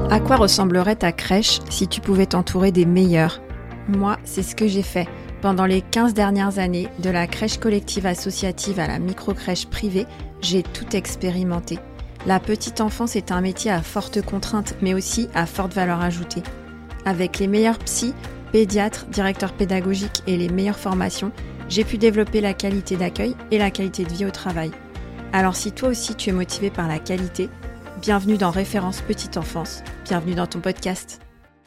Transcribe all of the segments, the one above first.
À quoi ressemblerait ta crèche si tu pouvais t'entourer des meilleurs ? Moi, c'est ce que j'ai fait. Pendant les 15 dernières années, de la crèche collective associative à la micro-crèche privée, j'ai tout expérimenté. La petite enfance est un métier à forte contrainte, mais aussi à forte valeur ajoutée. Avec les meilleurs psys, pédiatres, directeurs pédagogiques et les meilleures formations, j'ai pu développer la qualité d'accueil et la qualité de vie au travail. Alors si toi aussi tu es motivé par la qualité, bienvenue dans Référence Petite Enfance, bienvenue dans ton podcast.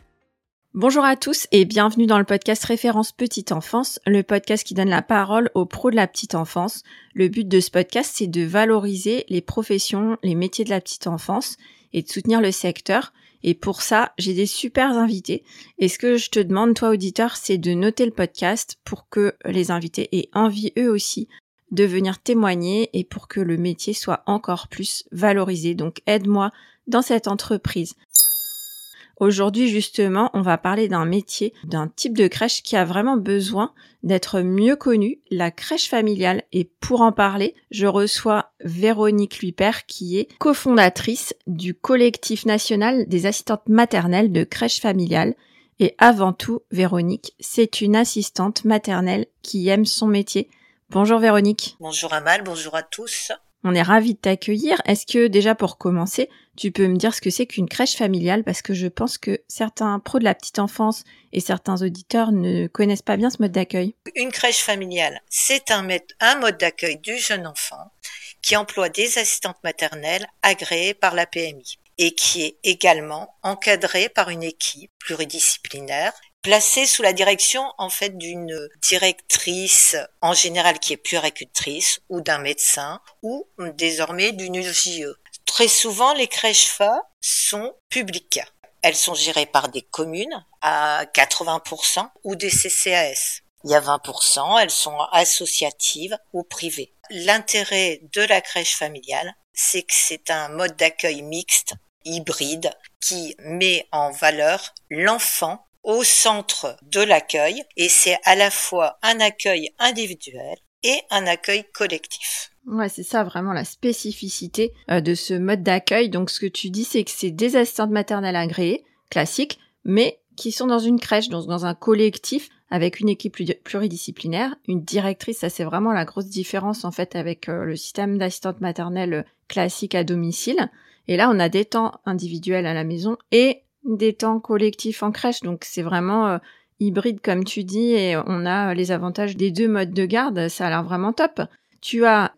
Bonjour à tous et bienvenue dans le podcast Référence Petite Enfance, le podcast qui donne la parole aux pros de la petite enfance. Le but de ce podcast, c'est de valoriser les professions, les métiers de la petite enfance et de soutenir le secteur. Et pour ça, j'ai des super invités. Et ce que je te demande, toi auditeur, c'est de noter le podcast pour que les invités aient envie eux aussi de venir témoigner et pour que le métier soit encore plus valorisé. Donc aide-moi dans cette entreprise. Aujourd'hui, justement, on va parler d'un métier, d'un type de crèche qui a vraiment besoin d'être mieux connu, la crèche familiale. Et pour en parler, je reçois Véronique Luypert, qui est cofondatrice du collectif national des assistantes maternelles de crèche familiale. Et avant tout, Véronique, c'est une assistante maternelle qui aime son métier. Bonjour Véronique. Bonjour Amal, bonjour à tous. On est ravis de t'accueillir. Est-ce que déjà pour commencer, tu peux me dire ce que c'est qu'une crèche familiale ? Parce que je pense que certains pros de la petite enfance et certains auditeurs ne connaissent pas bien ce mode d'accueil. Une crèche familiale, c'est un mode d'accueil du jeune enfant qui emploie des assistantes maternelles agréées par la PMI et qui est également encadré par une équipe pluridisciplinaire placée sous la direction d'une directrice en général qui est puéricultrice ou d'un médecin ou désormais d'une JE. Très souvent, les crèches FA sont publiques. Elles sont gérées par des communes à 80% ou des CCAS. Il y a 20%, elles sont associatives ou privées. L'intérêt de la crèche familiale, c'est que c'est un mode d'accueil mixte, hybride, qui met en valeur l'enfant au centre de l'accueil et c'est à la fois un accueil individuel et un accueil collectif. Ouais, c'est ça vraiment la spécificité de ce mode d'accueil. Donc ce que tu dis, c'est que c'est des assistantes maternelles agréées, classiques, mais qui sont dans une crèche, donc dans un collectif avec une équipe pluridisciplinaire, une directrice. Ça, c'est vraiment la grosse différence en fait avec le système d'assistante maternelle classique à domicile. Et là, on a des temps individuels à la maison et des temps collectifs en crèche. Donc c'est vraiment hybride comme tu dis et on a les avantages des deux modes de garde. Ça a l'air vraiment top. Tu as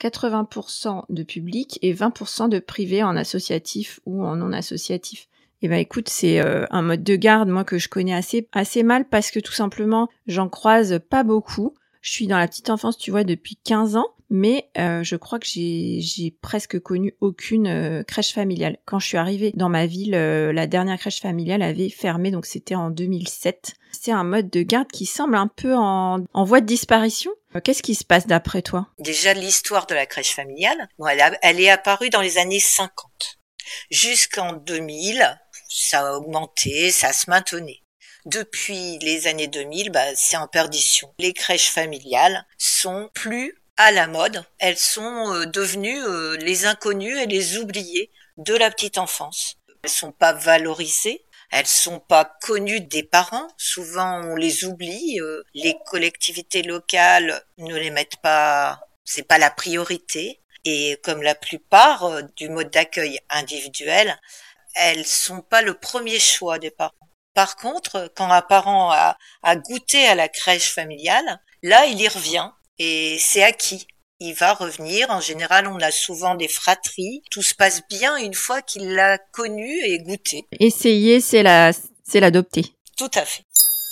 80% de public et 20% de privé en associatif ou en non associatif. Et ben écoute, c'est un mode de garde moi que je connais assez mal parce que tout simplement, j'en croise pas beaucoup. Je suis dans la petite enfance, tu vois, depuis 15 ans, mais je crois que j'ai presque connu aucune crèche familiale. Quand je suis arrivée dans ma ville, la dernière crèche familiale avait fermé, donc c'était en 2007. C'est un mode de garde qui semble un peu en voie de disparition. Qu'est-ce qui se passe d'après toi ? Déjà, l'histoire de la crèche familiale, elle est apparue dans les années 50. Jusqu'en 2000, ça a augmenté, ça se maintenait. Depuis les années 2000, c'est en perdition. Les crèches familiales sont plus à la mode. Elles sont devenues les inconnues et les oubliées de la petite enfance. Elles sont pas valorisées. Elles sont pas connues des parents. Souvent, on les oublie. Les collectivités locales ne les mettent pas. C'est pas la priorité. Et comme la plupart du mode d'accueil individuel, elles sont pas le premier choix des parents. Par contre, quand un parent a goûté à la crèche familiale, là, il y revient et c'est acquis. Il va revenir. En général, on a souvent des fratries. Tout se passe bien une fois qu'il l'a connu et goûté. Essayer, c'est l'adopter. Tout à fait.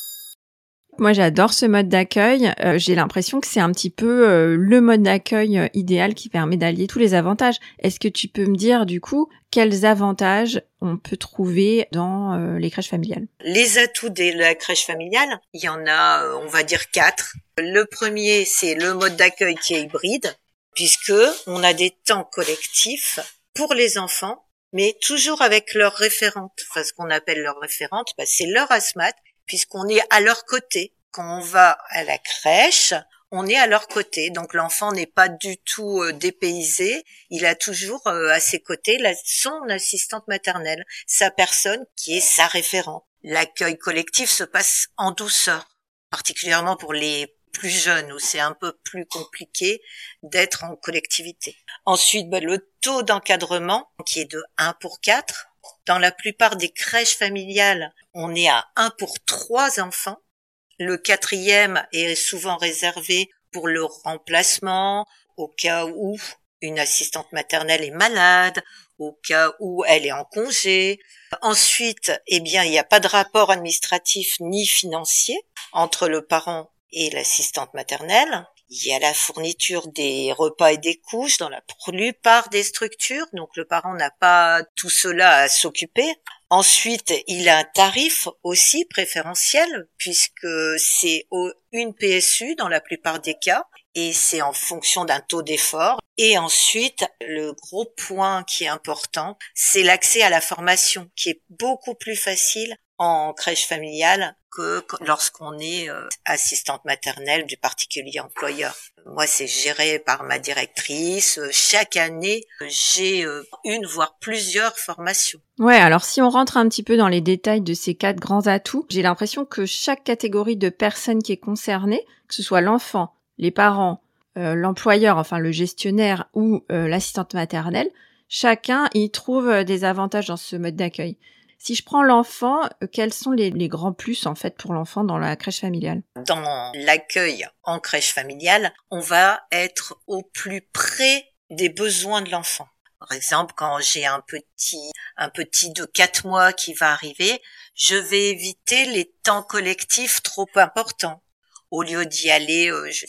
Moi, j'adore ce mode d'accueil. J'ai l'impression que c'est un petit peu le mode d'accueil idéal qui permet d'allier tous les avantages. Est-ce que tu peux me dire, du coup, quels avantages on peut trouver dans les crèches familiales ? Les atouts de la crèche familiale, il y en a, on va dire 4. Le premier, c'est le mode d'accueil qui est hybride, puisque on a des temps collectifs pour les enfants, mais toujours avec leur référente. Enfin, ce qu'on appelle leur référente, c'est leur ASMAT, puisqu'on est à leur côté. Quand on va à la crèche, on est à leur côté. Donc l'enfant n'est pas du tout dépaysé. Il a toujours à ses côtés son assistante maternelle, sa personne qui est sa référente. L'accueil collectif se passe en douceur, particulièrement pour les plus jeunes où c'est un peu plus compliqué d'être en collectivité. Ensuite, le taux d'encadrement qui est de 1 pour 4. Dans la plupart des crèches familiales, on est à 1 pour 3 enfants. Le 4e est souvent réservé pour le remplacement, au cas où une assistante maternelle est malade, au cas où elle est en congé. Ensuite, il n'y a pas de rapport administratif ni financier entre le parent et l'assistante maternelle. Il y a la fourniture des repas et des couches dans la plupart des structures, donc le parent n'a pas tout cela à s'occuper. Ensuite, il a un tarif aussi préférentiel, puisque c'est une PSU dans la plupart des cas, et c'est en fonction d'un taux d'effort. Et ensuite, le gros point qui est important, c'est l'accès à la formation, qui est beaucoup plus facile en crèche familiale que lorsqu'on est assistante maternelle du particulier employeur. Moi, c'est géré par ma directrice. Chaque année, j'ai une voire plusieurs formations. Ouais, alors si on rentre un petit peu dans les détails de ces 4 grands atouts, j'ai l'impression que chaque catégorie de personnes qui est concernée, que ce soit l'enfant, les parents, l'employeur, enfin le gestionnaire ou l'assistante maternelle, chacun y trouve des avantages dans ce mode d'accueil. Si je prends l'enfant, quels sont les grands plus en fait pour l'enfant dans la crèche familiale ? Dans l'accueil en crèche familiale, on va être au plus près des besoins de l'enfant. Par exemple, quand j'ai un petit de 4 mois qui va arriver, je vais éviter les temps collectifs trop importants. Au lieu d'y aller,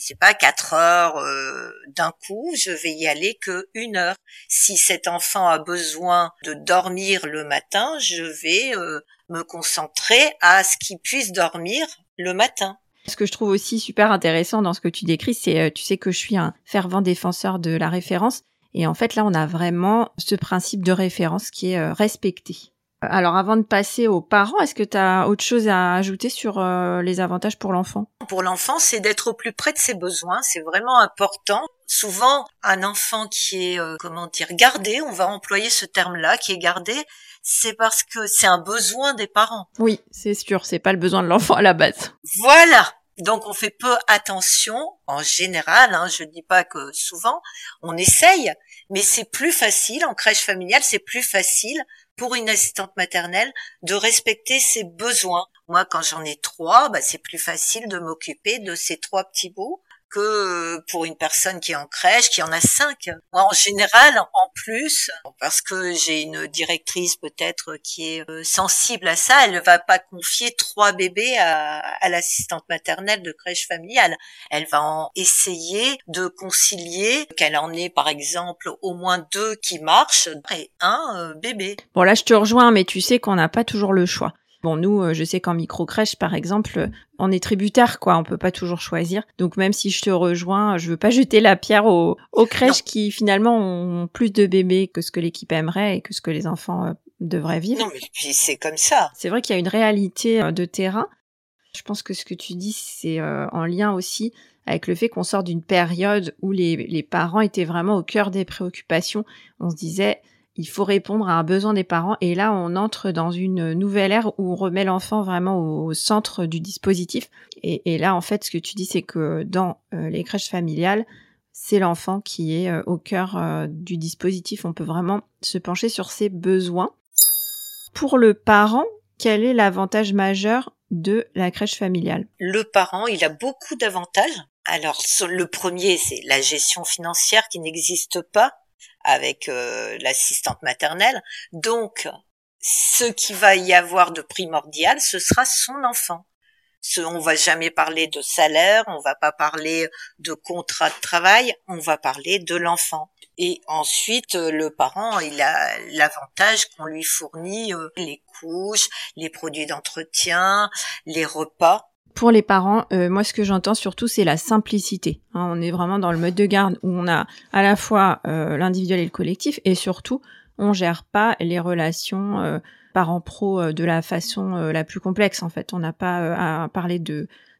4 heures d'un coup, je vais y aller que 1 heure. Si cet enfant a besoin de dormir le matin, je vais me concentrer à ce qu'il puisse dormir le matin. Ce que je trouve aussi super intéressant dans ce que tu décris, c'est, tu sais que je suis un fervent défenseur de la référence. Et en fait, là, on a vraiment ce principe de référence qui est respecté. Alors, avant de passer aux parents, est-ce que tu as autre chose à ajouter sur les avantages pour l'enfant ? Pour l'enfant, c'est d'être au plus près de ses besoins. C'est vraiment important. Souvent, un enfant qui est, gardé, on va employer ce terme-là, qui est gardé, c'est parce que c'est un besoin des parents. Oui, c'est sûr, c'est pas le besoin de l'enfant à la base. Voilà. Donc, on fait peu attention, en général, je dis pas que souvent, on essaye, mais c'est plus facile, en crèche familiale, c'est plus facile pour une assistante maternelle de respecter ses besoins. Moi, quand j'en ai 3, c'est plus facile de m'occuper de ces 3 petits bouts que pour une personne qui est en crèche, qui en a 5. Moi, en général, en plus, parce que j'ai une directrice peut-être qui est sensible à ça, elle ne va pas confier 3 bébés à l'assistante maternelle de crèche familiale. Elle va essayer de concilier qu'elle en ait, par exemple, au moins 2 qui marchent et 1 bébé. Bon, là, je te rejoins, mais tu sais qu'on n'a pas toujours le choix. Bon, nous, je sais qu'en microcrèche, par exemple, on est tributaire, quoi. On peut pas toujours choisir. Donc, même si je te rejoins, je veux pas jeter la pierre aux crèches qui, finalement, ont plus de bébés que ce que l'équipe aimerait et que ce que les enfants devraient vivre. Non, mais puis c'est comme ça. C'est vrai qu'il y a une réalité de terrain. Je pense que ce que tu dis, c'est en lien aussi avec le fait qu'on sort d'une période où les parents étaient vraiment au cœur des préoccupations. On se disait... il faut répondre à un besoin des parents. Et là, on entre dans une nouvelle ère où on remet l'enfant vraiment au centre du dispositif. Et là, en fait, ce que tu dis, c'est que dans les crèches familiales, c'est l'enfant qui est au cœur du dispositif. On peut vraiment se pencher sur ses besoins. Pour le parent, quel est l'avantage majeur de la crèche familiale ? Le parent, il a beaucoup d'avantages. Alors, le premier, c'est la gestion financière qui n'existe pas avec l'assistante maternelle. Donc, ce qui va y avoir de primordial, ce sera son enfant. On va jamais parler de salaire, on va pas parler de contrat de travail, on va parler de l'enfant. Et ensuite, le parent, il a l'avantage qu'on lui fournit les couches, les produits d'entretien, les repas. Pour les parents, moi, ce que j'entends surtout, c'est la simplicité. On est vraiment dans le mode de garde où on a à la fois l'individuel et le collectif, et surtout, on gère pas les relations parents-pro de la façon la plus complexe. En fait, on n'a pas à parler de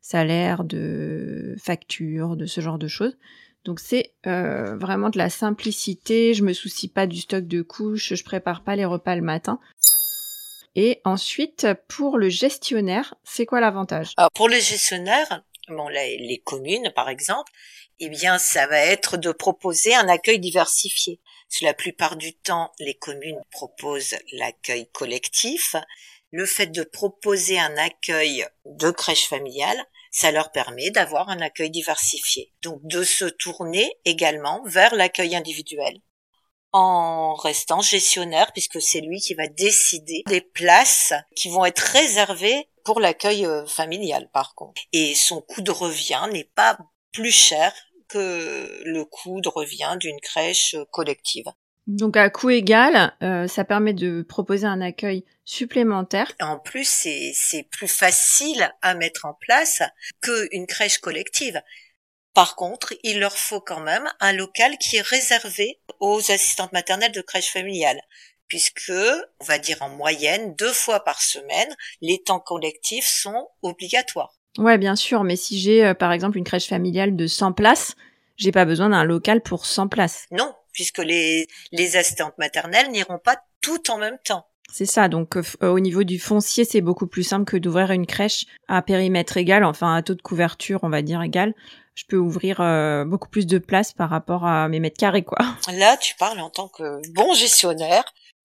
salaire, de factures, de ce genre de choses. Donc c'est vraiment de la simplicité, je me soucie pas du stock de couches, je prépare pas les repas le matin. Et ensuite, pour le gestionnaire, c'est quoi l'avantage? Alors pour le gestionnaire, les communes par exemple, eh bien ça va être de proposer un accueil diversifié. Parce que la plupart du temps, les communes proposent l'accueil collectif. Le fait de proposer un accueil de crèche familiale, ça leur permet d'avoir un accueil diversifié. Donc de se tourner également vers l'accueil individuel en restant gestionnaire, puisque c'est lui qui va décider des places qui vont être réservées pour l'accueil familial par contre. Et son coût de revient n'est pas plus cher que le coût de revient d'une crèche collective. Donc à coût égal, ça permet de proposer un accueil supplémentaire. En plus, c'est plus facile à mettre en place qu'une crèche collective. Par contre, il leur faut quand même un local qui est réservé aux assistantes maternelles de crèche familiale, puisque, on va dire en moyenne, 2 fois par semaine, les temps collectifs sont obligatoires. Ouais, bien sûr, mais si j'ai par exemple une crèche familiale de 100 places, j'ai pas besoin d'un local pour 100 places. Non, puisque les assistantes maternelles n'iront pas toutes en même temps. C'est ça, donc au niveau du foncier, c'est beaucoup plus simple que d'ouvrir une crèche à périmètre égal, enfin à taux de couverture, on va dire égal. Je peux ouvrir beaucoup plus de place par rapport à mes mètres carrés, quoi. Là, tu parles en tant que bon gestionnaire.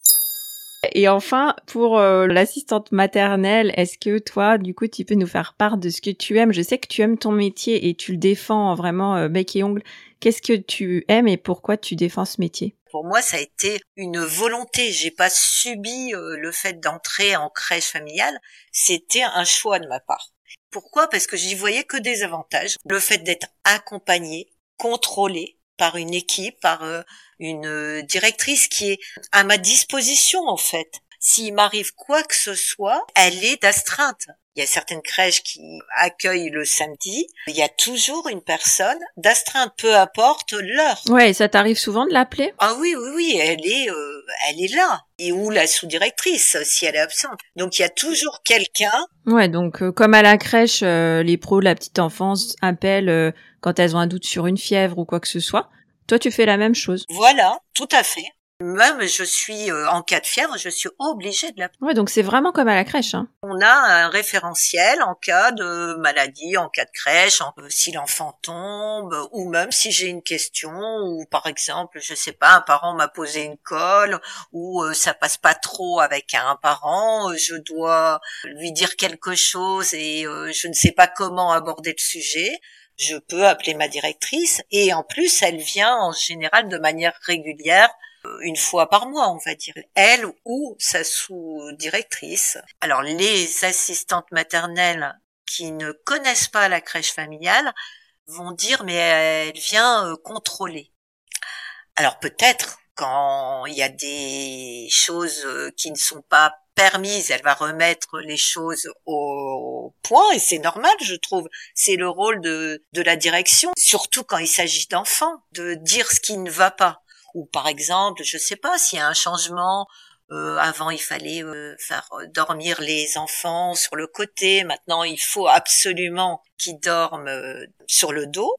Et enfin, pour l'assistante maternelle, est-ce que toi, du coup, tu peux nous faire part de ce que tu aimes? Je sais que tu aimes ton métier et tu le défends vraiment bec et ongle. Qu'est-ce que tu aimes et pourquoi tu défends ce métier? Pour moi, ça a été une volonté. J'ai pas subi le fait d'entrer en crèche familiale. C'était un choix de ma part. Pourquoi? Parce que j'y voyais que des avantages. Le fait d'être accompagné, contrôlé par une équipe, par une directrice qui est à ma disposition en fait. S'il m'arrive quoi que ce soit, elle est d'astreinte. Il y a certaines crèches qui accueillent le samedi. Il y a toujours une personne d'astreinte, peu importe l'heure. Ouais, et ça t'arrive souvent de l'appeler? Ah oui, elle est là. Et ou la sous-directrice, si elle est absente. Donc il y a toujours quelqu'un. Ouais, donc comme à la crèche, les pros de la petite enfance appellent quand elles ont un doute sur une fièvre ou quoi que ce soit. Toi, tu fais la même chose. Voilà, tout à fait. Même je suis en cas de fièvre, je suis obligée de l'appeler. Ouais, donc c'est vraiment comme à la crèche, hein. On a un référentiel en cas de maladie, en cas de crèche, si l'enfant tombe, ou même si j'ai une question, ou par exemple, je sais pas, un parent m'a posé une colle, ou ça passe pas trop avec un parent, je dois lui dire quelque chose et je ne sais pas comment aborder le sujet. Je peux appeler ma directrice et en plus, elle vient en général de manière régulière, une fois par mois, on va dire, elle ou sa sous-directrice. Alors, les assistantes maternelles qui ne connaissent pas la crèche familiale vont dire, mais elle vient contrôler. Alors, peut-être, quand il y a des choses qui ne sont pas permises, elle va remettre les choses au point, et c'est normal, je trouve. C'est le rôle de la direction, surtout quand il s'agit d'enfants, de dire ce qui ne va pas. Ou par exemple, je sais pas, s'il y a un changement, avant il fallait faire dormir les enfants sur le côté, maintenant il faut absolument qu'ils dorment sur le dos.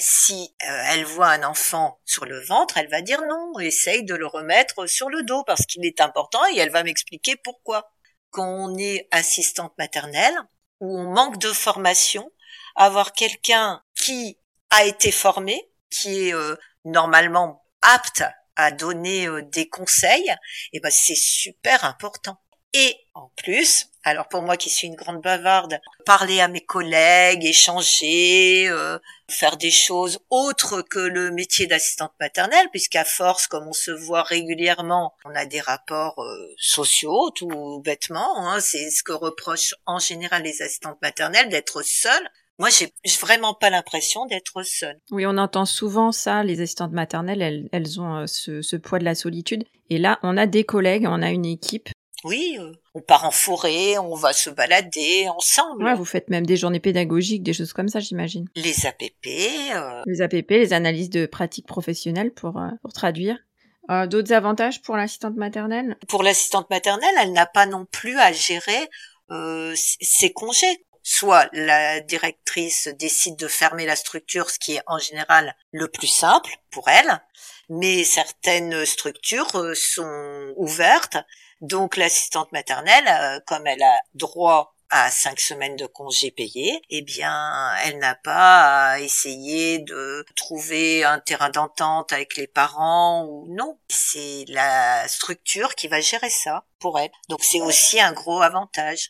Si elle voit un enfant sur le ventre, elle va dire non, essaye de le remettre sur le dos parce qu'il est important et elle va m'expliquer pourquoi. Quand on est assistante maternelle, où on manque de formation, avoir quelqu'un qui a été formé, qui est normalement apte à donner des conseils, et ben c'est super important. Et en plus, alors pour moi qui suis une grande bavarde, parler à mes collègues, échanger, faire des choses autres que le métier d'assistante maternelle, puisqu'à force, comme on se voit régulièrement, on a des rapports sociaux, tout bêtement, hein, c'est ce que reprochent en général les assistantes maternelles, d'être seules. Moi, j'ai vraiment pas l'impression d'être seule. Oui, on entend souvent ça, les assistantes maternelles, elles ont ce poids de la solitude. Et là, on a des collègues, on a une équipe. Oui, on part en forêt, on va se balader ensemble. Ouais, vous faites même des journées pédagogiques, des choses comme ça, j'imagine. Les APP. Les APP, les analyses de pratiques professionnelles pour traduire. D'autres avantages pour l'assistante maternelle? Pour l'assistante maternelle, elle n'a pas non plus à gérer ses congés. soit la directrice décide de fermer la structure, ce qui est en général le plus simple pour elle, mais certaines structures sont ouvertes, donc l'assistante maternelle, comme elle a droit à 5 semaines de congés payés, eh bien, elle n'a pas à essayer de trouver un terrain d'entente avec les parents ou non. C'est la structure qui va gérer ça pour elle. Donc c'est aussi un gros avantage.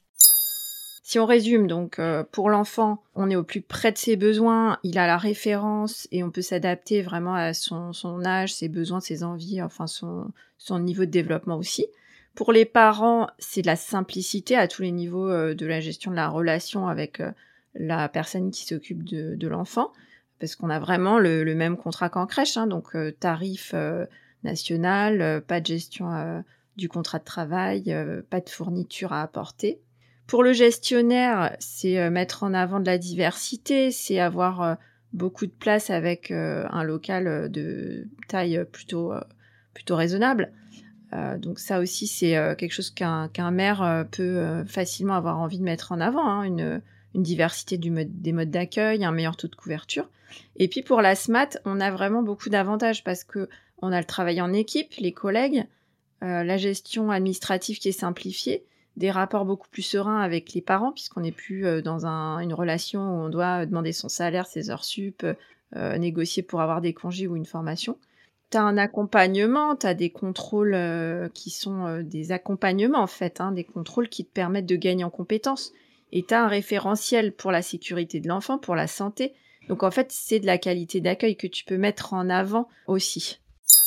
Si on résume, donc pour l'enfant, on est au plus près de ses besoins, il a la référence et on peut s'adapter vraiment à son âge, ses besoins, ses envies, enfin son niveau de développement aussi. Pour les parents, c'est de la simplicité à tous les niveaux de la gestion de la relation avec la personne qui s'occupe de l'enfant, parce qu'on a vraiment le même contrat qu'en crèche, hein, donc tarif national, pas de gestion du contrat de travail, pas de fourniture à apporter. Pour le gestionnaire, c'est mettre en avant de la diversité, c'est avoir beaucoup de place avec un local de taille plutôt raisonnable. Donc ça aussi, c'est quelque chose qu'un maire peut facilement avoir envie de mettre en avant, hein, une diversité des modes d'accueil, un meilleur taux de couverture. Et puis pour la SMAT, on a vraiment beaucoup d'avantages parce que on a le travail en équipe, les collègues, la gestion administrative qui est simplifiée, des rapports beaucoup plus sereins avec les parents puisqu'on n'est plus dans une relation où on doit demander son salaire, ses heures sup, négocier pour avoir des congés ou une formation. T'as un accompagnement, t'as des contrôles qui sont des accompagnements en fait, hein, des contrôles qui te permettent de gagner en compétences. Et t'as un référentiel pour la sécurité de l'enfant, pour la santé. Donc en fait, c'est de la qualité d'accueil que tu peux mettre en avant aussi.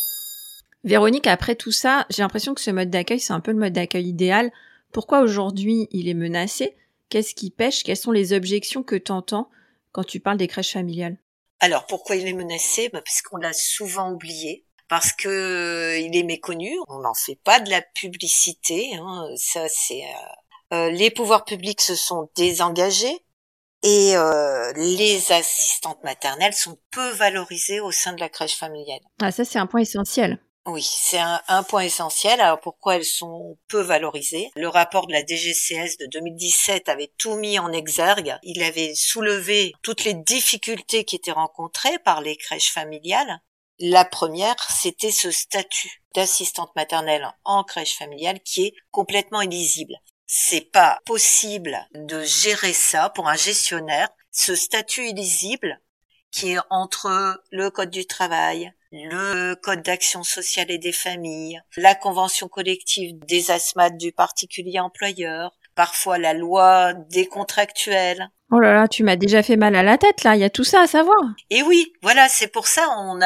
Véronique, après tout ça, j'ai l'impression que ce mode d'accueil, c'est un peu le mode d'accueil idéal. Pourquoi aujourd'hui il est menacé ? Qu'est-ce qui pêche ? Quelles sont les objections que t'entends quand tu parles des crèches familiales ? Alors, pourquoi il est menacé ? Parce qu'on l'a souvent oublié, parce que il est méconnu. On n'en fait pas de la publicité. Hein. Ça, c'est les pouvoirs publics se sont désengagés et les assistantes maternelles sont peu valorisées au sein de la crèche familiale. Ah, ça, c'est un point essentiel. Oui, c'est un point essentiel. Alors pourquoi elles sont peu valorisées ? Le rapport de la DGCS de 2017 avait tout mis en exergue. Il avait soulevé toutes les difficultés qui étaient rencontrées par les crèches familiales. La première, c'était ce statut d'assistante maternelle en crèche familiale qui est complètement illisible. C'est pas possible de gérer ça pour un gestionnaire. Ce statut illisible qui est entre le code du travail, le code d'action sociale et des familles, la convention collective des ASMAT du particulier employeur, parfois la loi des contractuels. Oh là là, tu m'as déjà fait mal à la tête là, il y a tout ça à savoir. Et oui, voilà, c'est pour ça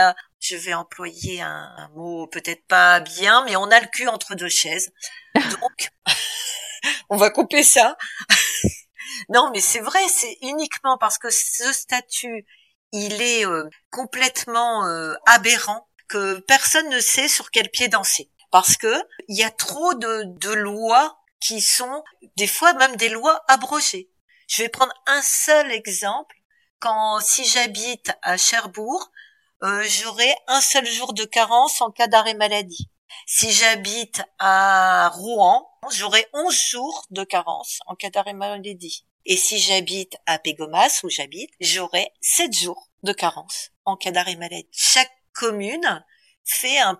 je vais employer un mot peut-être pas bien, mais on a le cul entre deux chaises. Donc, on va couper ça. Non, mais c'est vrai, c'est uniquement parce que ce statut il est complètement aberrant que personne ne sait sur quel pied danser. Parce que il y a trop de lois qui sont des fois même des lois abrogées. Je vais prendre un seul exemple. Si j'habite à Cherbourg, j'aurai un seul jour de carence en cas d'arrêt maladie. Si j'habite à Rouen, j'aurai 11 jours de carence en cas d'arrêt maladie. Et si j'habite à Pégomas, où j'habite, j'aurai 7 jours de carence en cas d'arrêt maladie. Chaque commune fait un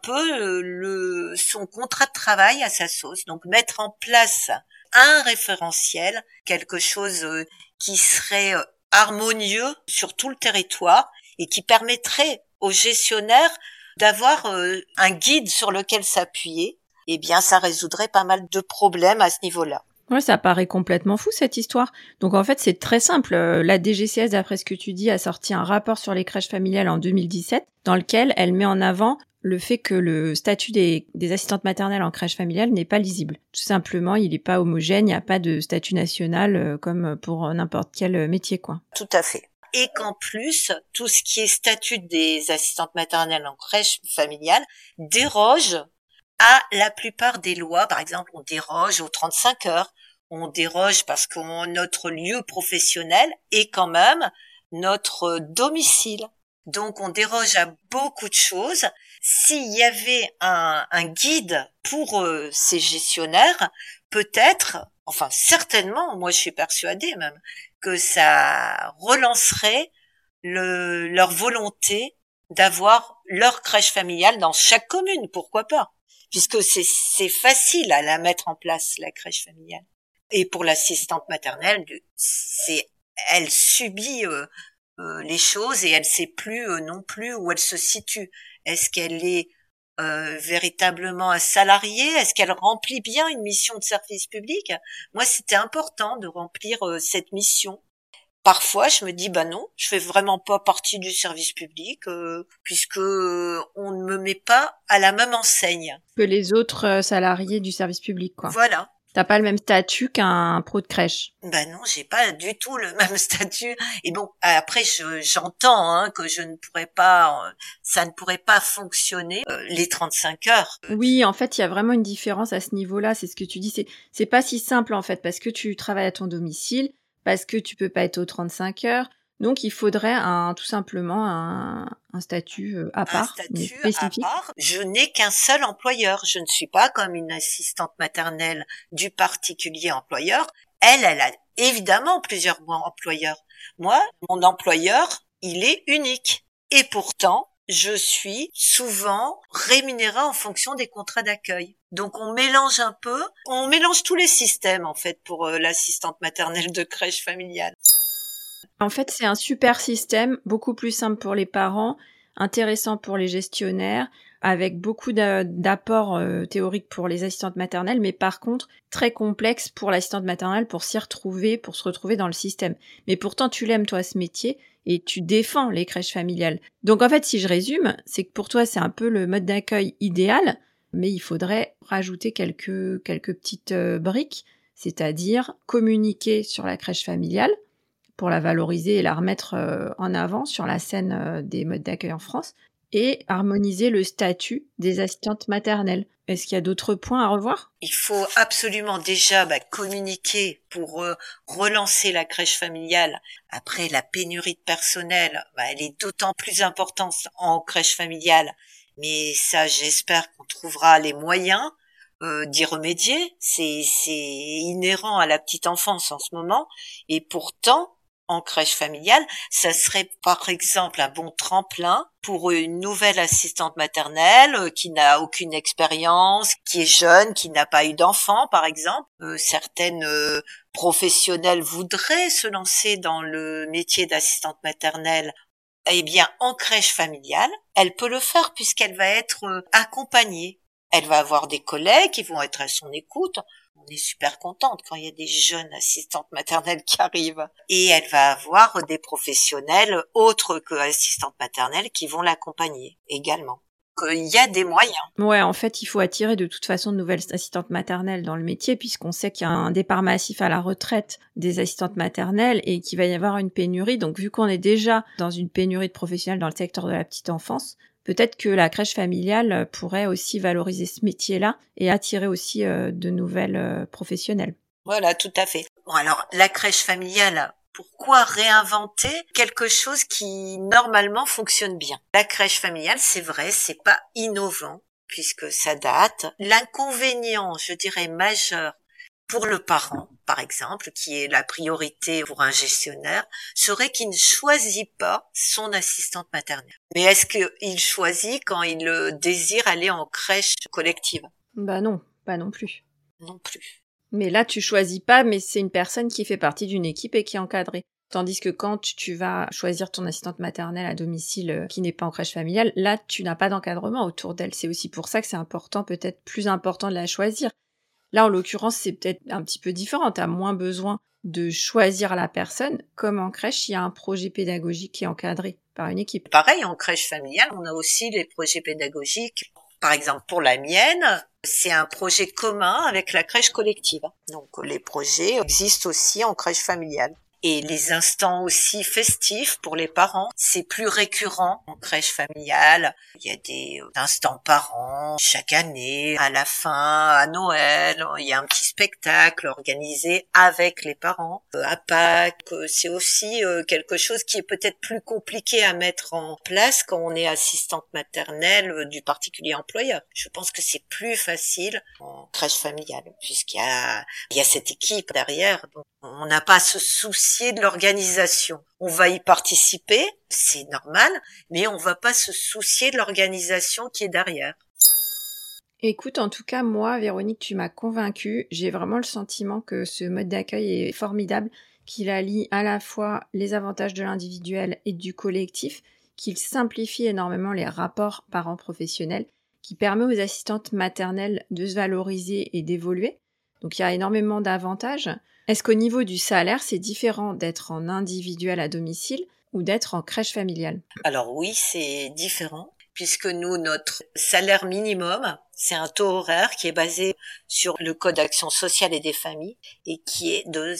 peu son contrat de travail à sa sauce. Donc mettre en place un référentiel, quelque chose qui serait harmonieux sur tout le territoire et qui permettrait aux gestionnaires d'avoir un guide sur lequel s'appuyer, eh bien ça résoudrait pas mal de problèmes à ce niveau-là. Ouais, ça paraît complètement fou cette histoire. Donc en fait, c'est très simple. La DGCS, d'après ce que tu dis, a sorti un rapport sur les crèches familiales en 2017, dans lequel elle met en avant le fait que le statut des assistantes maternelles en crèche familiale n'est pas lisible. Tout simplement, il n'est pas homogène, il n'y a pas de statut national comme pour n'importe quel métier, quoi. Tout à fait. Et qu'en plus, tout ce qui est statut des assistantes maternelles en crèche familiale déroge à la plupart des lois. Par exemple, on déroge aux 35 heures, on déroge parce que notre lieu professionnel est quand même notre domicile. Donc on déroge à beaucoup de choses. S'il y avait un guide pour ces gestionnaires, peut-être, enfin certainement, moi je suis persuadée même, que ça relancerait leur volonté d'avoir leur crèche familiale dans chaque commune, pourquoi pas, puisque c'est facile à la mettre en place, la crèche familiale. Et pour l'assistante maternelle, elle subit les choses et elle sait plus non plus où elle se situe. Est-ce qu'elle est véritablement un salarié? Est-ce qu'elle remplit bien une mission de service public? Moi, c'était important de remplir cette mission. Parfois, je me dis, bah non, je fais vraiment pas partie du service public, puisque on ne me met pas à la même enseigne que les autres salariés du service public, quoi. Voilà. T'as pas le même statut qu'un pro de crèche. Ben non, j'ai pas du tout le même statut. Et bon, après, j'entends que je ne pourrais pas, ça ne pourrait pas fonctionner les 35 heures. Oui, en fait, il y a vraiment une différence à ce niveau-là. C'est ce que tu dis. C'est pas si simple en fait, parce que tu travailles à ton domicile, parce que tu peux pas être aux 35 heures. Donc, il faudrait tout simplement un statut à part, spécifique. À part. Je n'ai qu'un seul employeur. Je ne suis pas comme une assistante maternelle du particulier employeur. Elle a évidemment plusieurs employeurs. Moi, mon employeur, il est unique. Et pourtant, je suis souvent rémunérée en fonction des contrats d'accueil. Donc on mélange tous les systèmes en fait pour l'assistante maternelle de crèche familiale. En fait, c'est un super système, beaucoup plus simple pour les parents, intéressant pour les gestionnaires, avec beaucoup d'apports théoriques pour les assistantes maternelles, mais par contre, très complexe pour l'assistante maternelle pour se retrouver dans le système. Mais pourtant, tu l'aimes, toi, ce métier, et tu défends les crèches familiales. Donc, en fait, si je résume, c'est que pour toi, c'est un peu le mode d'accueil idéal, mais il faudrait rajouter quelques petites briques, c'est-à-dire communiquer sur la crèche familiale, pour la valoriser et la remettre en avant sur la scène des modes d'accueil en France, et harmoniser le statut des assistantes maternelles. Est-ce qu'il y a d'autres points à revoir? Il faut absolument déjà communiquer pour relancer la crèche familiale. Après, la pénurie de personnel, elle est d'autant plus importante en crèche familiale. Mais ça, j'espère qu'on trouvera les moyens d'y remédier. C'est inhérent à la petite enfance en ce moment. Et pourtant, en crèche familiale, ça serait par exemple un bon tremplin pour une nouvelle assistante maternelle qui n'a aucune expérience, qui est jeune, qui n'a pas eu d'enfant par exemple. Certaines professionnelles voudraient se lancer dans le métier d'assistante maternelle. Eh bien, en crèche familiale, elle peut le faire puisqu'elle va être accompagnée. Elle va avoir des collègues qui vont être à son écoute. On est super contente quand il y a des jeunes assistantes maternelles qui arrivent. Et elle va avoir des professionnels autres que assistantes maternelles qui vont l'accompagner également. Il y a des moyens. Ouais, en fait, il faut attirer de toute façon de nouvelles assistantes maternelles dans le métier, puisqu'on sait qu'il y a un départ massif à la retraite des assistantes maternelles et qu'il va y avoir une pénurie. Donc, vu qu'on est déjà dans une pénurie de professionnels dans le secteur de la petite enfance, peut-être que la crèche familiale pourrait aussi valoriser ce métier-là et attirer aussi de nouvelles professionnelles. Voilà, tout à fait. Bon, alors, la crèche familiale, pourquoi réinventer quelque chose qui, normalement, fonctionne bien? La crèche familiale, c'est vrai, c'est pas innovant, puisque ça date. L'inconvénient, je dirais, majeur pour le parent, par exemple, qui est la priorité pour un gestionnaire, serait qu'il ne choisit pas son assistante maternelle. Mais est-ce qu'il choisit quand il désire aller en crèche collective? Bah non, pas non plus. Non plus. Mais là, tu choisis pas, mais c'est une personne qui fait partie d'une équipe et qui est encadrée. Tandis que quand tu vas choisir ton assistante maternelle à domicile qui n'est pas en crèche familiale, là, tu n'as pas d'encadrement autour d'elle. C'est aussi pour ça que c'est important, peut-être plus important de la choisir. Là, en l'occurrence, c'est peut-être un petit peu différent. Tu as moins besoin de choisir la personne. Comme en crèche, il y a un projet pédagogique qui est encadré par une équipe. Pareil, en crèche familiale, on a aussi les projets pédagogiques. Par exemple, pour la mienne, c'est un projet commun avec la crèche collective. Donc, les projets existent aussi en crèche familiale. Et les instants aussi festifs pour les parents, c'est plus récurrent en crèche familiale. Il y a des instants parents chaque année, à la fin, à Noël, il y a un petit spectacle organisé avec les parents. À Pâques, c'est aussi quelque chose qui est peut-être plus compliqué à mettre en place quand on est assistante maternelle du particulier employeur. Je pense que c'est plus facile en crèche familiale puisqu'il y a cette équipe derrière. Donc On n'a pas à se soucier de l'organisation. On va y participer, c'est normal, mais on va pas se soucier de l'organisation qui est derrière. Écoute, en tout cas, moi, Véronique, tu m'as convaincue. J'ai vraiment le sentiment que ce mode d'accueil est formidable, qu'il allie à la fois les avantages de l'individuel et du collectif, qu'il simplifie énormément les rapports parents-professionnels, qui permet aux assistantes maternelles de se valoriser et d'évoluer. Donc, il y a énormément d'avantages. Est-ce qu'au niveau du salaire, c'est différent d'être en individuel à domicile ou d'être en crèche familiale? Alors oui, c'est différent, puisque nous, notre salaire minimum, c'est un taux horaire qui est basé sur le Code d'action sociale et des familles et qui est de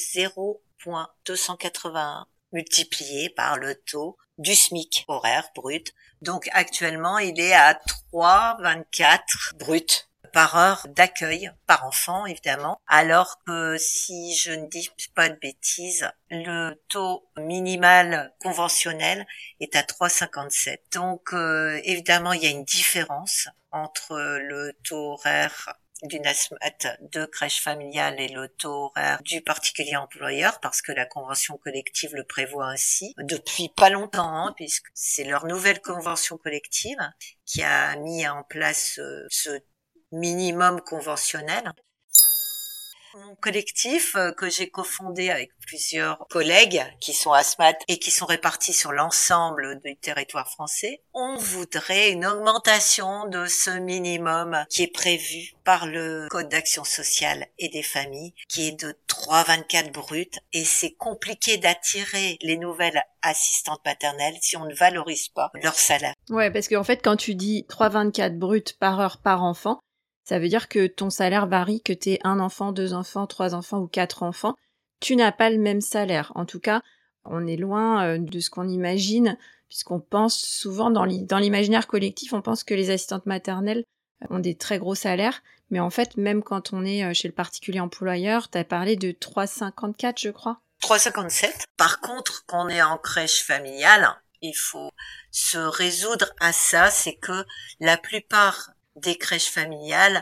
0,281 multiplié par le taux du SMIC horaire brut. Donc actuellement, il est à 3,24 brut par heure d'accueil par enfant, évidemment, alors que si je ne dis pas de bêtises, le taux minimal conventionnel est à 3,57. Donc évidemment, il y a une différence entre le taux horaire d'une ASMAT de crèche familiale et le taux horaire du particulier employeur, parce que la convention collective le prévoit ainsi depuis pas longtemps, puisque c'est leur nouvelle convention collective qui a mis en place ce minimum conventionnel. Mon collectif que j'ai cofondé avec plusieurs collègues qui sont ASMAT et qui sont répartis sur l'ensemble du territoire français, on voudrait une augmentation de ce minimum qui est prévu par le Code d'action sociale et des familles, qui est de 3,24 brut, et c'est compliqué d'attirer les nouvelles assistantes maternelles si on ne valorise pas leur salaire. Ouais, parce qu'en fait, quand tu dis 3,24 brut par heure par enfant, ça veut dire que ton salaire varie, que t'aies un enfant, 2 enfants, 3 enfants ou 4 enfants. Tu n'as pas le même salaire. En tout cas, on est loin de ce qu'on imagine, puisqu'on pense souvent dans l'imaginaire collectif, on pense que les assistantes maternelles ont des très gros salaires. Mais en fait, même quand on est chez le particulier employeur, t'as parlé de 3,54, je crois. 3,57. Par contre, quand on est en crèche familiale, il faut se résoudre à ça, c'est que la plupart des crèches familiales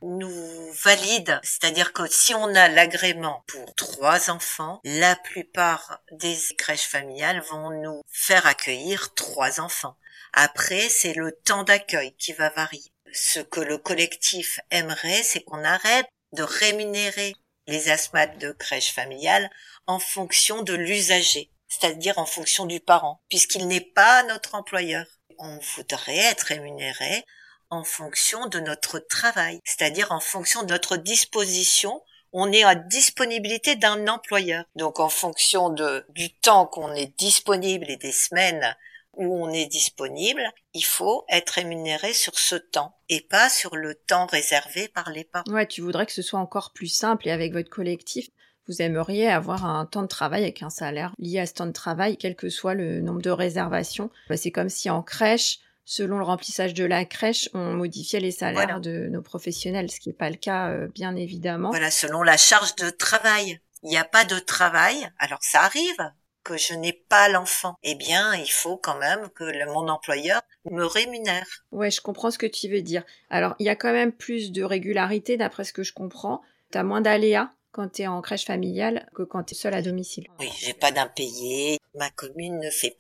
nous valident, c'est-à-dire que si on a l'agrément pour 3 enfants, la plupart des crèches familiales vont nous faire accueillir 3 enfants. Après, c'est le temps d'accueil qui va varier. Ce que le collectif aimerait, c'est qu'on arrête de rémunérer les ASMAT de crèche familiale en fonction de l'usager, c'est-à-dire en fonction du parent, puisqu'il n'est pas notre employeur. On voudrait être rémunéré en fonction de notre travail, c'est-à-dire en fonction de notre disposition. On est à disponibilité d'un employeur. Donc en fonction du temps qu'on est disponible et des semaines où on est disponible, il faut être rémunéré sur ce temps et pas sur le temps réservé par les parents. Ouais, tu voudrais que ce soit encore plus simple et avec votre collectif, vous aimeriez avoir un temps de travail avec un salaire lié à ce temps de travail, quel que soit le nombre de réservations. C'est comme si en crèche, selon le remplissage de la crèche, on modifiait les salaires de nos professionnels, ce qui n'est pas le cas, bien évidemment. Voilà, selon la charge de travail. Il n'y a pas de travail, alors ça arrive que je n'ai pas l'enfant. Eh bien, il faut quand même que mon employeur me rémunère. Ouais, je comprends ce que tu veux dire. Alors, il y a quand même plus de régularité, d'après ce que je comprends. Tu as moins d'aléas quand tu es en crèche familiale que quand tu es seule à domicile. Oui, j'ai pas d'impayé. Ma commune ne me fait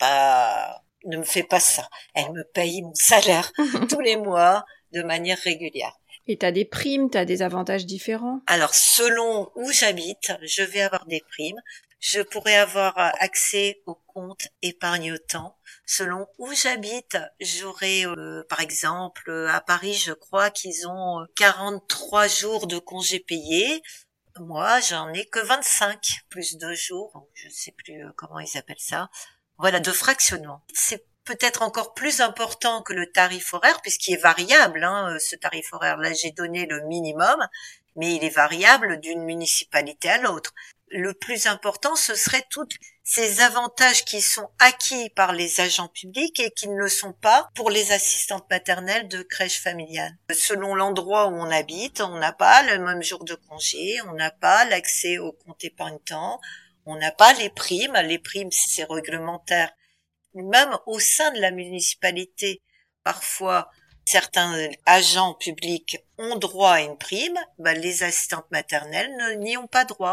pas ça. Elle me paye mon salaire tous les mois de manière régulière. Et t'as des primes, t'as des avantages différents? Alors, selon où j'habite, je vais avoir des primes. Je pourrais avoir accès au compte épargne-temps. Selon où j'habite, j'aurai, par exemple, à Paris, je crois qu'ils ont 43 jours de congés payés. Moi, j'en ai que 25, plus 2 jours. Je sais plus comment ils appellent ça. Voilà, de fractionnement. C'est peut-être encore plus important que le tarif horaire, puisqu'il est variable, ce tarif horaire. Là, j'ai donné le minimum, mais il est variable d'une municipalité à l'autre. Le plus important, ce serait tous ces avantages qui sont acquis par les agents publics et qui ne le sont pas pour les assistantes maternelles de crèche familiale. Selon l'endroit où on habite, on n'a pas le même jour de congé, on n'a pas l'accès au compte épargne-temps, on n'a pas les primes. Les primes, c'est réglementaire. Même au sein de la municipalité, parfois, certains agents publics ont droit à une prime, les assistantes maternelles n'y ont pas droit.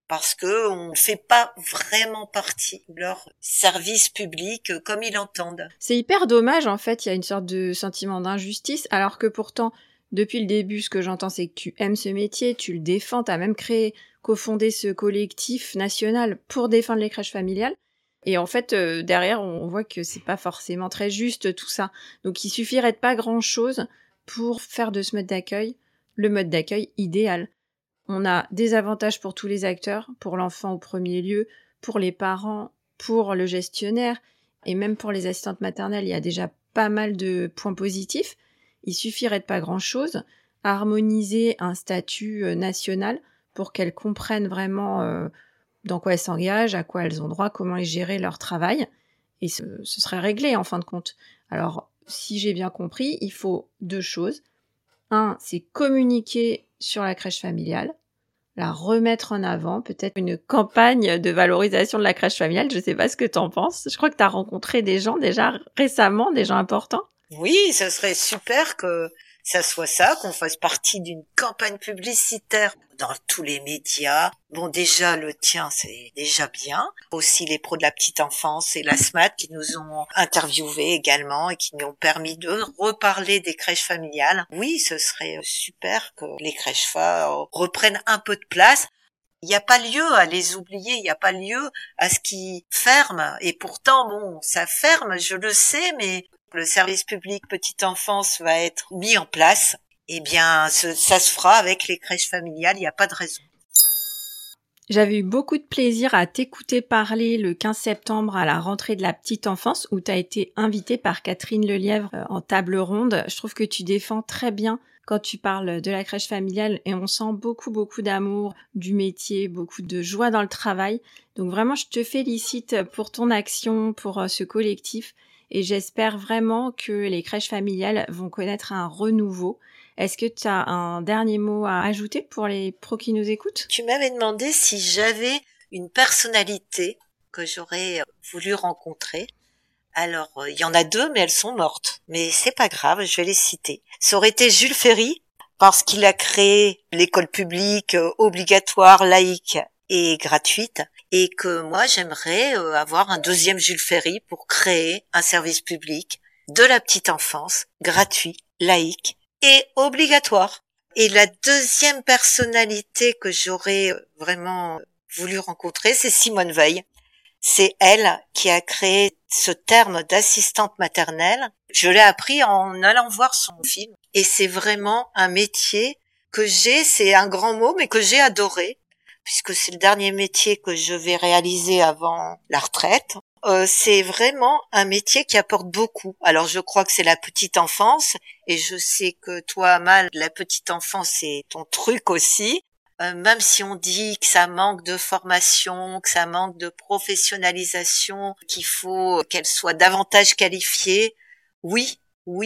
parce que on ne fait pas vraiment partie de leur service public comme ils l'entendent. C'est hyper dommage, en fait, il y a une sorte de sentiment d'injustice, alors que pourtant, depuis le début, ce que j'entends, c'est que tu aimes ce métier, tu le défends, t'as même cofondé ce collectif national pour défendre les crèches familiales. Et en fait, derrière, on voit que c'est pas forcément très juste tout ça. Donc il suffirait de pas grand-chose pour faire de ce mode d'accueil le mode d'accueil idéal. On a des avantages pour tous les acteurs, pour l'enfant au premier lieu, pour les parents, pour le gestionnaire, et même pour les assistantes maternelles, il y a déjà pas mal de points positifs. Il suffirait de pas grand-chose, harmoniser un statut national pour qu'elles comprennent vraiment dans quoi elles s'engagent, à quoi elles ont droit, comment elles gérer leur travail, et ce serait réglé en fin de compte. Alors, si j'ai bien compris, il faut 2 choses. Un, c'est communiquer sur la crèche familiale, la remettre en avant, peut-être une campagne de valorisation de la crèche familiale, je sais pas ce que t'en penses. Je crois que t'as rencontré des gens déjà récemment, des gens importants. Oui, ce serait super que ça soit ça, qu'on fasse partie d'une campagne publicitaire dans tous les médias. Bon, déjà, le tien, c'est déjà bien. Aussi les pros de la petite enfance et la SMAT qui nous ont interviewés également et qui nous ont permis de reparler des crèches familiales. Oui, ce serait super que les crèches reprennent un peu de place. Il n'y a pas lieu à les oublier, il n'y a pas lieu à ce qu'ils ferment. Et pourtant, bon, ça ferme, je le sais, mais le service public petite enfance va être mis en place. Eh bien, ça se fera avec les crèches familiales, il n'y a pas de raison. J'avais eu beaucoup de plaisir à t'écouter parler le 15 septembre à la rentrée de la petite enfance où tu as été invitée par Catherine Lelièvre en table ronde. Je trouve que tu défends très bien quand tu parles de la crèche familiale et on sent beaucoup d'amour du métier, beaucoup de joie dans le travail. Donc vraiment, je te félicite pour ton action, pour ce collectif et j'espère vraiment que les crèches familiales vont connaître un renouveau. Est-ce que tu as un dernier mot à ajouter pour les pros qui nous écoutent ? Tu m'avais demandé si j'avais une personnalité que j'aurais voulu rencontrer. Alors, il y en a 2, mais elles sont mortes. Mais c'est pas grave, je vais les citer. Ça aurait été Jules Ferry, parce qu'il a créé l'école publique obligatoire, laïque et gratuite. Et que moi, j'aimerais avoir un 2e Jules Ferry pour créer un service public de la petite enfance, gratuit, laïque et obligatoire. Et la 2e personnalité que j'aurais vraiment voulu rencontrer, c'est Simone Veil. C'est elle qui a créé ce terme d'assistante maternelle. Je l'ai appris en allant voir son film. Et c'est vraiment un métier c'est un grand mot, mais que j'ai adoré, puisque c'est le dernier métier que je vais réaliser avant la retraite. C'est vraiment un métier qui apporte beaucoup. Alors je crois que c'est la petite enfance, et je sais que toi, Amal, la petite enfance, c'est ton truc aussi. Même si on dit que ça manque de formation, que ça manque de professionnalisation, qu'il faut qu'elle soit davantage qualifiée, oui,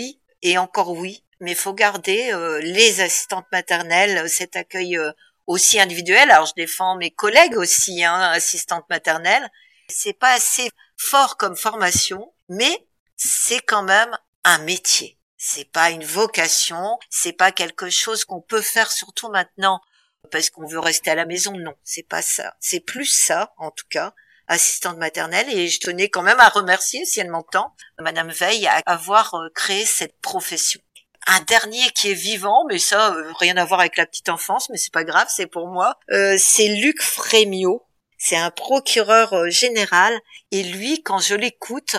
et encore oui, mais il faut garder les assistantes maternelles, cet accueil aussi individuel. Alors je défends mes collègues aussi, assistantes maternelles. C'est pas assez fort comme formation, mais c'est quand même un métier. C'est pas une vocation, c'est pas quelque chose qu'on peut faire surtout maintenant parce qu'on veut rester à la maison. Non, c'est pas ça. C'est plus ça, en tout cas, assistante maternelle. Et je tenais quand même à remercier, si elle m'entend, Madame Veil, à avoir créé cette profession. Un dernier qui est vivant, mais ça, rien à voir avec la petite enfance, mais c'est pas grave, c'est pour moi. C'est Luc Frémiot. C'est un procureur général. Et lui, quand je l'écoute,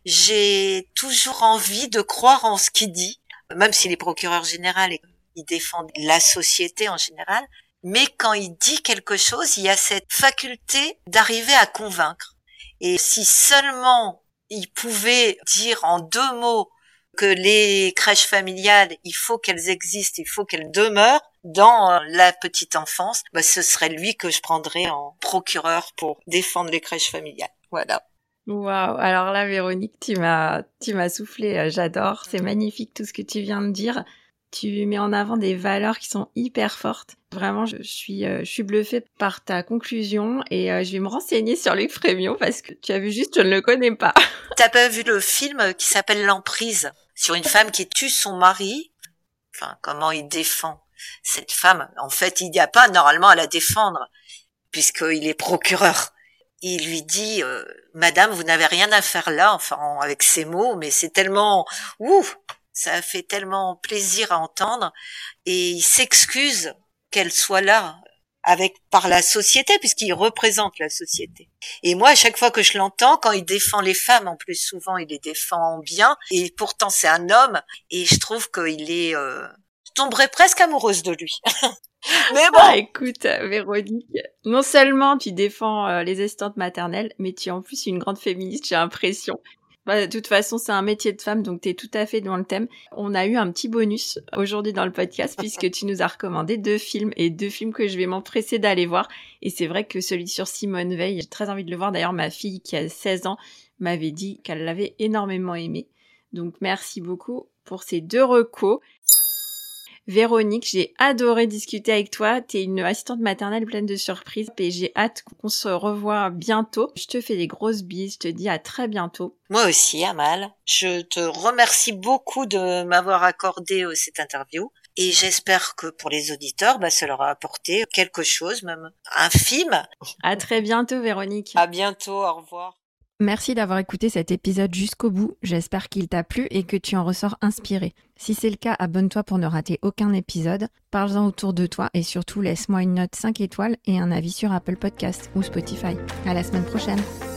j'ai toujours envie de croire en ce qu'il dit. Même s'il est procureur général et il défend la société en général. Mais quand il dit quelque chose, il y a cette faculté d'arriver à convaincre. Et si seulement il pouvait dire en 2 mots que les crèches familiales, il faut qu'elles existent, il faut qu'elles demeurent dans la petite enfance, ce serait lui que je prendrais en procureur pour défendre les crèches familiales. Voilà. Waouh, alors là, Véronique, tu m'as soufflé, j'adore, c'est magnifique tout ce que tu viens de dire. Tu mets en avant des valeurs qui sont hyper fortes. Vraiment, je suis bluffée par ta conclusion et je vais me renseigner sur Luc Frémiot parce que tu as vu juste, je ne le connais pas. T'as pas vu le film qui s'appelle L'Emprise, sur une femme qui tue son mari? Enfin, comment il défend cette femme? En fait, il n'y a pas normalement à la défendre. puisqu'il est procureur. Il lui dit Madame, vous n'avez rien à faire là, enfin avec ces mots, mais c'est tellement ça fait tellement plaisir à entendre, et il s'excuse qu'elle soit là par la société, puisqu'il représente la société. Et moi, à chaque fois que je l'entends, quand il défend les femmes, en plus souvent il les défend bien, et pourtant c'est un homme, et je trouve qu'il est je tomberais presque amoureuse de lui. Mais bon. Écoute, Véronique, non seulement tu défends les assistantes maternelles, mais tu es en plus une grande féministe, j'ai l'impression. De toute façon, c'est un métier de femme, donc tu es tout à fait dans le thème. On a eu un petit bonus aujourd'hui dans le podcast, puisque tu nous as recommandé 2 films, et 2 films que je vais m'empresser d'aller voir. Et c'est vrai que celui sur Simone Veil, j'ai très envie de le voir. D'ailleurs, ma fille, qui a 16 ans, m'avait dit qu'elle l'avait énormément aimé. Donc, merci beaucoup pour ces 2 recos. Véronique, j'ai adoré discuter avec toi. T'es une assistante maternelle pleine de surprises et j'ai hâte qu'on se revoie bientôt. Je te fais des grosses bises, je te dis à très bientôt. Moi aussi, Amal. Je te remercie beaucoup de m'avoir accordé cette interview et j'espère que pour les auditeurs, ça leur a apporté quelque chose, même infime. À très bientôt, Véronique. À bientôt, au revoir. Merci d'avoir écouté cet épisode jusqu'au bout. J'espère qu'il t'a plu et que tu en ressors inspiré. Si c'est le cas, abonne-toi pour ne rater aucun épisode. Parle-en autour de toi et surtout laisse-moi une note 5 étoiles et un avis sur Apple Podcast ou Spotify. À la semaine prochaine.